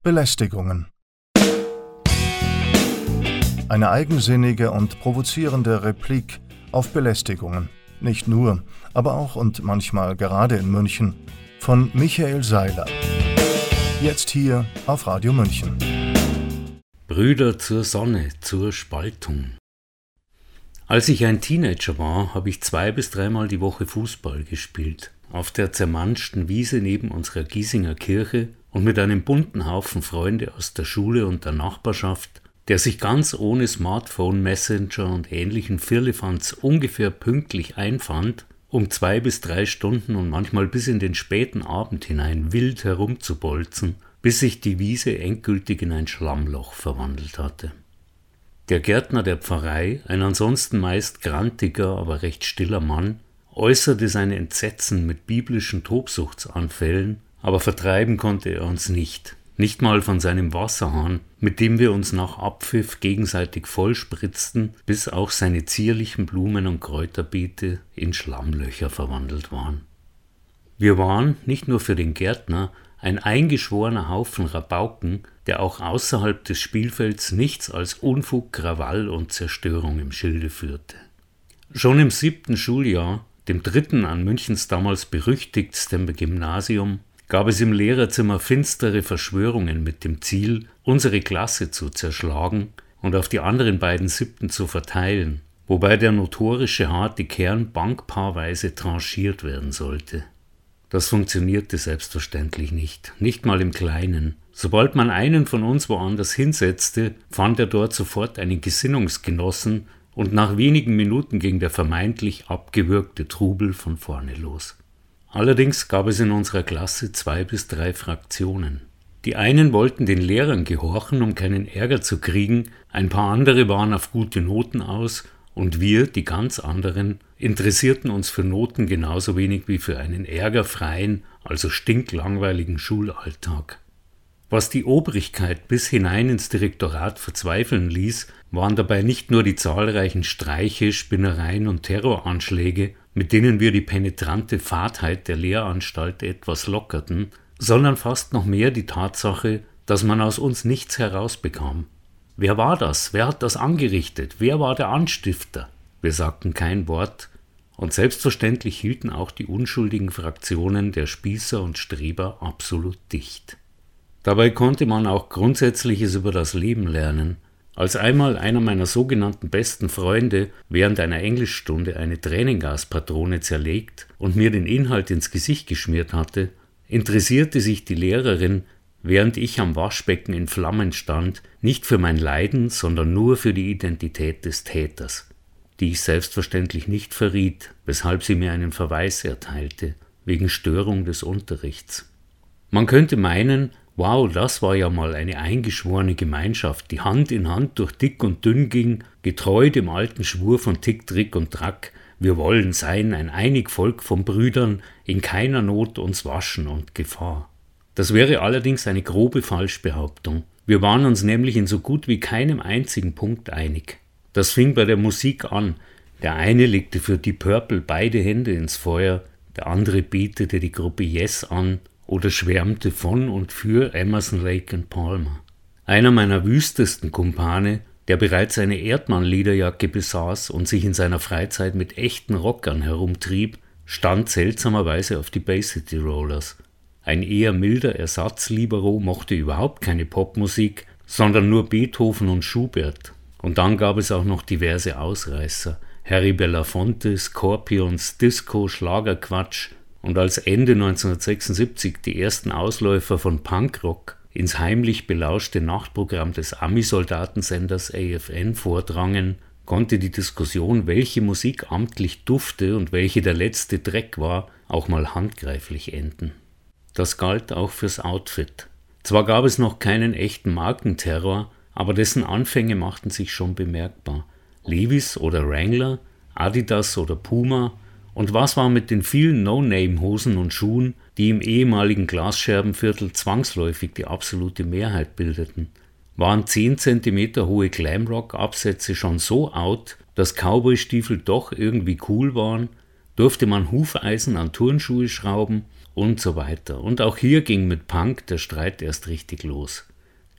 Belästigungen. Eine eigensinnige und provozierende Replik auf Belästigungen. Nicht nur, aber auch und manchmal gerade in München. Von Michael Seiler. Jetzt hier auf Radio München. Brüder zur Sonne, zur Spaltung. Als ich ein Teenager war, habe ich 2- bis 3-mal die Woche Fußball gespielt. Auf der zermanschten Wiese neben unserer Giesinger Kirche und mit einem bunten Haufen Freunde aus der Schule und der Nachbarschaft, der sich ganz ohne Smartphone, Messenger und ähnlichen Firlefanz ungefähr pünktlich einfand, um 2 bis 3 Stunden und manchmal bis in den späten Abend hinein wild herumzubolzen, bis sich die Wiese endgültig in ein Schlammloch verwandelt hatte. Der Gärtner der Pfarrei, ein ansonsten meist grantiger, aber recht stiller Mann, äußerte sein Entsetzen mit biblischen Tobsuchtsanfällen, aber vertreiben konnte er uns nicht. Nicht mal von seinem Wasserhahn, mit dem wir uns nach Abpfiff gegenseitig vollspritzten, bis auch seine zierlichen Blumen- und Kräuterbeete in Schlammlöcher verwandelt waren. Wir waren, nicht nur für den Gärtner, ein eingeschworener Haufen Rabauken, der auch außerhalb des Spielfelds nichts als Unfug, Krawall und Zerstörung im Schilde führte. Schon im 7. Schuljahr, dem 3. an Münchens damals berüchtigtstem Gymnasium, gab es im Lehrerzimmer finstere Verschwörungen mit dem Ziel, unsere Klasse zu zerschlagen und auf die anderen beiden 7. zu verteilen, wobei der notorische harte Kern bankpaarweise tranchiert werden sollte. Das funktionierte selbstverständlich nicht, nicht mal im Kleinen. Sobald man einen von uns woanders hinsetzte, fand er dort sofort einen Gesinnungsgenossen und nach wenigen Minuten ging der vermeintlich abgewürgte Trubel von vorne los. Allerdings gab es in unserer Klasse 2 bis 3 Fraktionen. Die einen wollten den Lehrern gehorchen, um keinen Ärger zu kriegen, ein paar andere waren auf gute Noten aus und wir, die ganz anderen, interessierten uns für Noten genauso wenig wie für einen ärgerfreien, also stinklangweiligen Schulalltag. Was die Obrigkeit bis hinein ins Direktorat verzweifeln ließ, waren dabei nicht nur die zahlreichen Streiche, Spinnereien und Terroranschläge, mit denen wir die penetrante Fadheit der Lehranstalt etwas lockerten, sondern fast noch mehr die Tatsache, dass man aus uns nichts herausbekam. Wer war das? Wer hat das angerichtet? Wer war der Anstifter? Wir sagten kein Wort, und selbstverständlich hielten auch die unschuldigen Fraktionen der Spießer und Streber absolut dicht. Dabei konnte man auch Grundsätzliches über das Leben lernen. Als einmal einer meiner sogenannten besten Freunde während einer Englischstunde eine Tränengaspatrone zerlegt und mir den Inhalt ins Gesicht geschmiert hatte, interessierte sich die Lehrerin, während ich am Waschbecken in Flammen stand, nicht für mein Leiden, sondern nur für die Identität des Täters, die ich selbstverständlich nicht verriet, weshalb sie mir einen Verweis erteilte, wegen Störung des Unterrichts. Man könnte meinen, wow, das war ja mal eine eingeschworene Gemeinschaft, die Hand in Hand durch dick und dünn ging, getreu dem alten Schwur von Tick, Trick und Track, wir wollen sein ein einig Volk von Brüdern, in keiner Not uns waschen und Gefahr. Das wäre allerdings eine grobe Falschbehauptung. Wir waren uns nämlich in so gut wie keinem einzigen Punkt einig. Das fing bei der Musik an. Der eine legte für Deep Purple beide Hände ins Feuer, der andere betete die Gruppe Yes an oder schwärmte von und für Emerson, Lake and Palmer. Einer meiner wüstesten Kumpane, der bereits eine Erdmann-Lederjacke besaß und sich in seiner Freizeit mit echten Rockern herumtrieb, stand seltsamerweise auf die Bay City Rollers. Ein eher milder Ersatzlibero mochte überhaupt keine Popmusik, sondern nur Beethoven und Schubert. Und dann gab es auch noch diverse Ausreißer, Harry Belafonte, Scorpions, Disco, Schlagerquatsch und als Ende 1976 die ersten Ausläufer von Punkrock ins heimlich belauschte Nachtprogramm des Ami-Soldatensenders AFN vordrangen, konnte die Diskussion, welche Musik amtlich dufte und welche der letzte Dreck war, auch mal handgreiflich enden. Das galt auch fürs Outfit. Zwar gab es noch keinen echten Markenterror, aber dessen Anfänge machten sich schon bemerkbar. Levi's oder Wrangler, Adidas oder Puma, und was war mit den vielen No-Name-Hosen und Schuhen, die im ehemaligen Glasscherbenviertel zwangsläufig die absolute Mehrheit bildeten? Waren 10 cm hohe Glamrock-Absätze schon so out, dass Cowboy-Stiefel doch irgendwie cool waren? Durfte man Hufeisen an Turnschuhe schrauben? Und so weiter. Und auch hier ging mit Punk der Streit erst richtig los.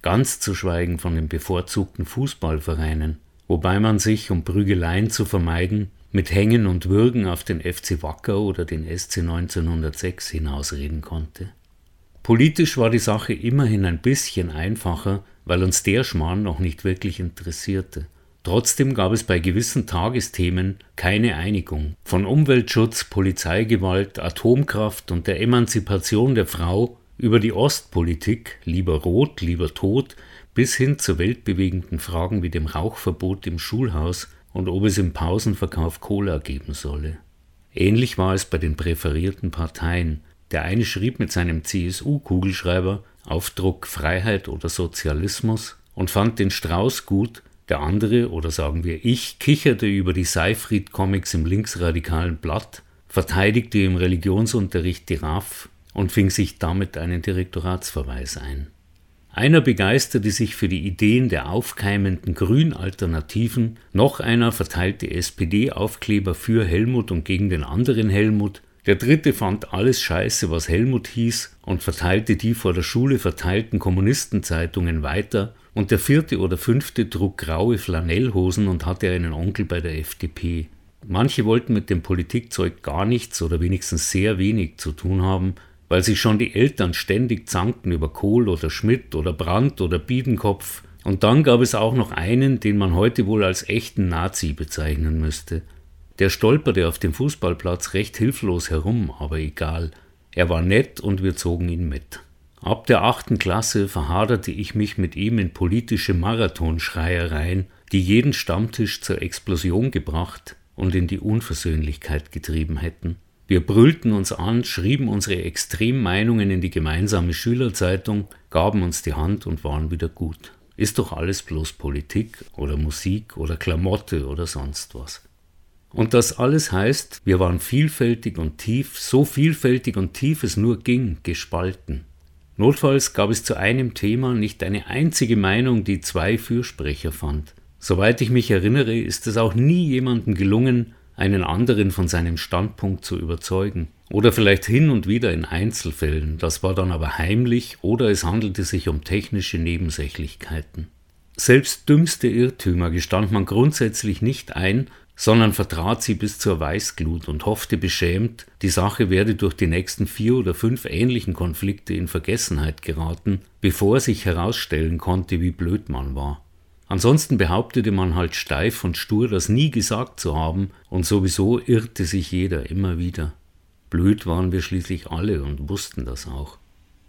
ganz zu schweigen von den bevorzugten Fußballvereinen, wobei man sich, um Prügeleien zu vermeiden, mit Hängen und Würgen auf den FC Wacker oder den SC 1906 hinausreden konnte. Politisch war die Sache immerhin ein bisschen einfacher, weil uns der Schmarrn noch nicht wirklich interessierte. Trotzdem gab es bei gewissen Tagesthemen keine Einigung. Von Umweltschutz, Polizeigewalt, Atomkraft und der Emanzipation der Frau über die Ostpolitik, lieber rot, lieber tot, bis hin zu weltbewegenden Fragen wie dem Rauchverbot im Schulhaus und ob es im Pausenverkauf Cola geben solle. Ähnlich war es bei den präferierten Parteien. Der eine schrieb mit seinem CSU-Kugelschreiber Aufdruck Freiheit oder Sozialismus und fand den Strauß gut, der andere, oder sagen wir ich, kicherte über die Seyfried-Comics im linksradikalen Blatt, verteidigte im Religionsunterricht die RAF und fing sich damit einen Direktoratsverweis ein. Einer begeisterte sich für die Ideen der aufkeimenden Grün-Alternativen, noch einer verteilte SPD-Aufkleber für Helmut und gegen den anderen Helmut, der dritte fand alles scheiße, was Helmut hieß und verteilte die vor der Schule verteilten Kommunistenzeitungen weiter, und der vierte oder fünfte trug graue Flanellhosen und hatte einen Onkel bei der FDP. Manche wollten mit dem Politikzeug gar nichts oder wenigstens sehr wenig zu tun haben, weil sich schon die Eltern ständig zankten über Kohl oder Schmidt oder Brandt oder Biedenkopf. Und dann gab es auch noch einen, den man heute wohl als echten Nazi bezeichnen müsste. Der stolperte auf dem Fußballplatz recht hilflos herum, aber egal. Er war nett und wir zogen ihn mit. Ab der 8. Klasse verhaderte ich mich mit ihm in politische Marathonschreiereien, die jeden Stammtisch zur Explosion gebracht und in die Unversöhnlichkeit getrieben hätten. Wir brüllten uns an, schrieben unsere Extremmeinungen in die gemeinsame Schülerzeitung, gaben uns die Hand und waren wieder gut. Ist doch alles bloß Politik oder Musik oder Klamotte oder sonst was. Und das alles heißt, wir waren vielfältig und tief, so vielfältig und tief es nur ging, gespalten. Notfalls gab es zu einem Thema nicht eine einzige Meinung, die zwei Fürsprecher fand. Soweit ich mich erinnere, ist es auch nie jemandem gelungen, einen anderen von seinem Standpunkt zu überzeugen. Oder vielleicht hin und wieder in Einzelfällen, das war dann aber heimlich oder es handelte sich um technische Nebensächlichkeiten. Selbst dümmste Irrtümer gestand man grundsätzlich nicht ein, sondern vertrat sie bis zur Weißglut und hoffte beschämt, die Sache werde durch die nächsten 4 oder 5 ähnlichen Konflikte in Vergessenheit geraten, bevor sich herausstellen konnte, wie blöd man war. Ansonsten behauptete man halt steif und stur, das nie gesagt zu haben, und sowieso irrte sich jeder immer wieder. Blöd waren wir schließlich alle und wussten das auch.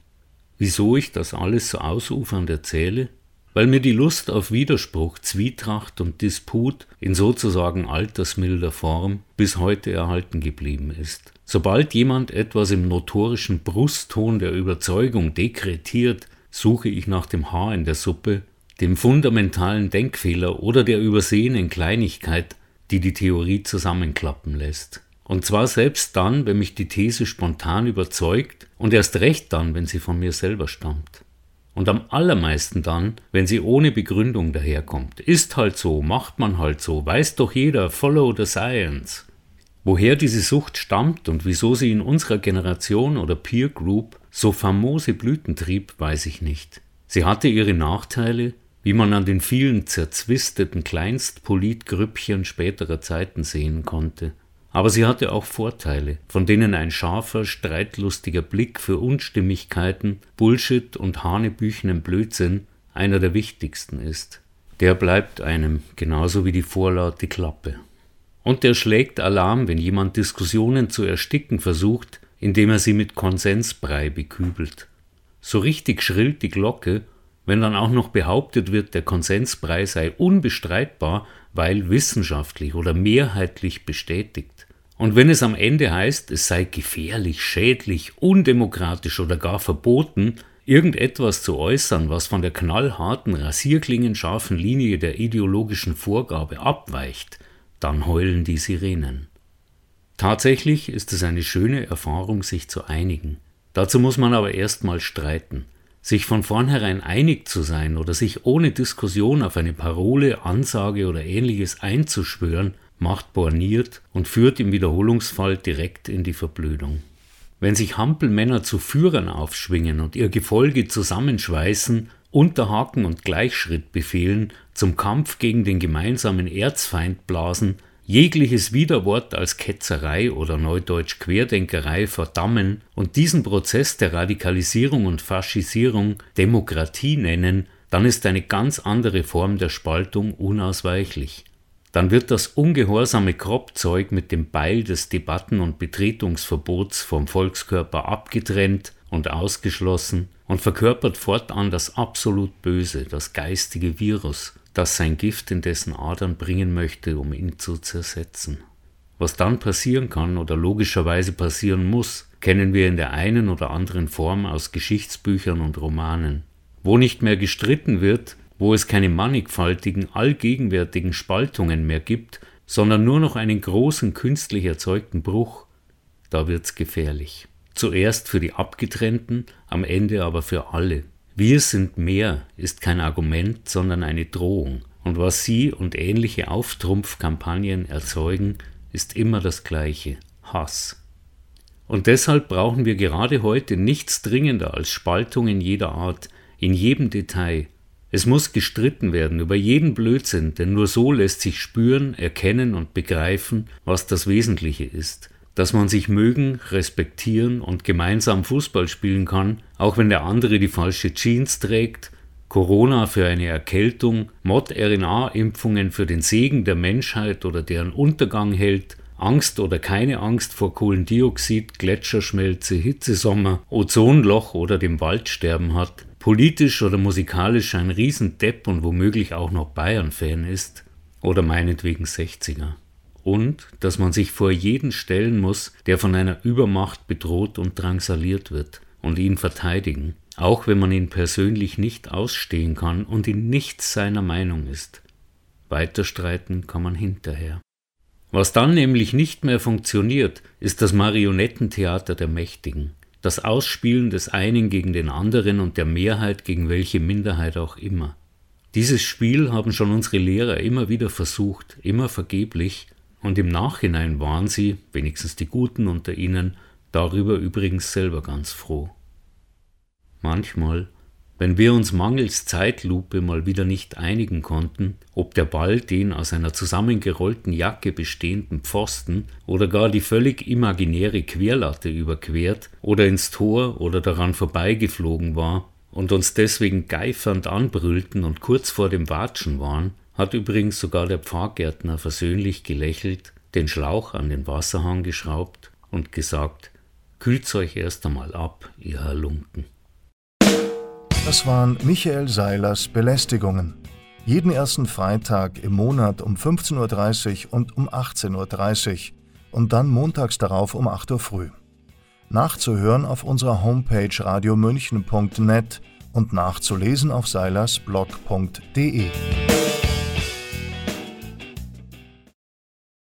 Wieso ich das alles so ausufernd erzähle? Weil mir die Lust auf Widerspruch, Zwietracht und Disput in sozusagen altersmilder Form bis heute erhalten geblieben ist. Sobald jemand etwas im notorischen Brustton der Überzeugung dekretiert, suche ich nach dem Haar in der Suppe, dem fundamentalen Denkfehler oder der übersehenen Kleinigkeit, die die Theorie zusammenklappen lässt. Und zwar selbst dann, wenn mich die These spontan überzeugt und erst recht dann, wenn sie von mir selber stammt. Und am allermeisten dann, wenn sie ohne Begründung daherkommt. Ist halt so, macht man halt so, weiß doch jeder, follow the science. Woher diese Sucht stammt und wieso sie in unserer Generation oder Peer Group so famose Blüten trieb, weiß ich nicht. Sie hatte ihre Nachteile, wie man an den vielen zerzwisteten Kleinstpolitgrüppchen späterer Zeiten sehen konnte. Aber sie hatte auch Vorteile, von denen ein scharfer, streitlustiger Blick für Unstimmigkeiten, Bullshit und hanebüchenen Blödsinn einer der wichtigsten ist. Der bleibt einem, genauso wie die vorlaute Klappe. Und der schlägt Alarm, wenn jemand Diskussionen zu ersticken versucht, indem er sie mit Konsensbrei bekübelt. So richtig schrillt die Glocke, wenn dann auch noch behauptet wird, der Konsensbrei sei unbestreitbar, weil wissenschaftlich oder mehrheitlich bestätigt. Und wenn es am Ende heißt, es sei gefährlich, schädlich, undemokratisch oder gar verboten, irgendetwas zu äußern, was von der knallharten, rasierklingenscharfen Linie der ideologischen Vorgabe abweicht, dann heulen die Sirenen. Tatsächlich ist es eine schöne Erfahrung, sich zu einigen. Dazu muss man aber erst mal streiten. Sich von vornherein einig zu sein oder sich ohne Diskussion auf eine Parole, Ansage oder Ähnliches einzuschwören, macht borniert und führt im Wiederholungsfall direkt in die Verblödung. Wenn sich Hampelmänner zu Führern aufschwingen und ihr Gefolge zusammenschweißen, Unterhaken und Gleichschrittbefehlen, zum Kampf gegen den gemeinsamen Erzfeind blasen, jegliches Widerwort als Ketzerei oder neudeutsch Querdenkerei verdammen und diesen Prozess der Radikalisierung und Faschisierung Demokratie nennen, dann ist eine ganz andere Form der Spaltung unausweichlich. Dann wird das ungehorsame Kropfzeug mit dem Beil des Debatten- und Betretungsverbots vom Volkskörper abgetrennt und ausgeschlossen und verkörpert fortan das absolut Böse, das geistige Virus, das sein Gift in dessen Adern bringen möchte, um ihn zu zersetzen. Was dann passieren kann oder logischerweise passieren muss, kennen wir in der einen oder anderen Form aus Geschichtsbüchern und Romanen. Wo nicht mehr gestritten wird, wo es keine mannigfaltigen, allgegenwärtigen Spaltungen mehr gibt, sondern nur noch einen großen künstlich erzeugten Bruch, da wird's gefährlich. Zuerst für die Abgetrennten, am Ende aber für alle. Wir sind mehr ist kein Argument, sondern eine Drohung. Und was sie und ähnliche Auftrumpfkampagnen erzeugen, ist immer das Gleiche: Hass. Und deshalb brauchen wir gerade heute nichts dringender als Spaltung in jeder Art, in jedem Detail. Es muss gestritten werden über jeden Blödsinn, denn nur so lässt sich spüren, erkennen und begreifen, was das Wesentliche ist. Dass man sich mögen, respektieren und gemeinsam Fußball spielen kann, auch wenn der andere die falsche Jeans trägt, Corona für eine Erkältung, Mod-RNA-Impfungen für den Segen der Menschheit oder deren Untergang hält, Angst oder keine Angst vor Kohlendioxid, Gletscherschmelze, Hitzesommer, Ozonloch oder dem Waldsterben hat, politisch oder musikalisch ein Riesendepp und womöglich auch noch Bayern-Fan ist oder meinetwegen 60er. Und dass man sich vor jeden stellen muss, der von einer Übermacht bedroht und drangsaliert wird, und ihn verteidigen, auch wenn man ihn persönlich nicht ausstehen kann und in nichts seiner Meinung ist. Weiterstreiten kann man hinterher. Was dann nämlich nicht mehr funktioniert, ist das Marionettentheater der Mächtigen, das Ausspielen des einen gegen den anderen und der Mehrheit gegen welche Minderheit auch immer. Dieses Spiel haben schon unsere Lehrer immer wieder versucht, immer vergeblich, und im Nachhinein waren sie, wenigstens die Guten unter ihnen, darüber übrigens selber ganz froh. Manchmal, wenn wir uns mangels Zeitlupe mal wieder nicht einigen konnten, ob der Ball den aus einer zusammengerollten Jacke bestehenden Pfosten oder gar die völlig imaginäre Querlatte überquert oder ins Tor oder daran vorbeigeflogen war und uns deswegen geifernd anbrüllten und kurz vor dem Watschen waren, hat übrigens sogar der Pfarrgärtner versöhnlich gelächelt, den Schlauch an den Wasserhahn geschraubt und gesagt: Kühlt's euch erst einmal ab, ihr Halunken. Das waren Michael Seilers Belästigungen. Jeden ersten Freitag im Monat um 15.30 Uhr und um 18.30 Uhr und dann montags darauf um 8 Uhr früh. Nachzuhören auf unserer Homepage radiomünchen.net und nachzulesen auf seilersblog.de.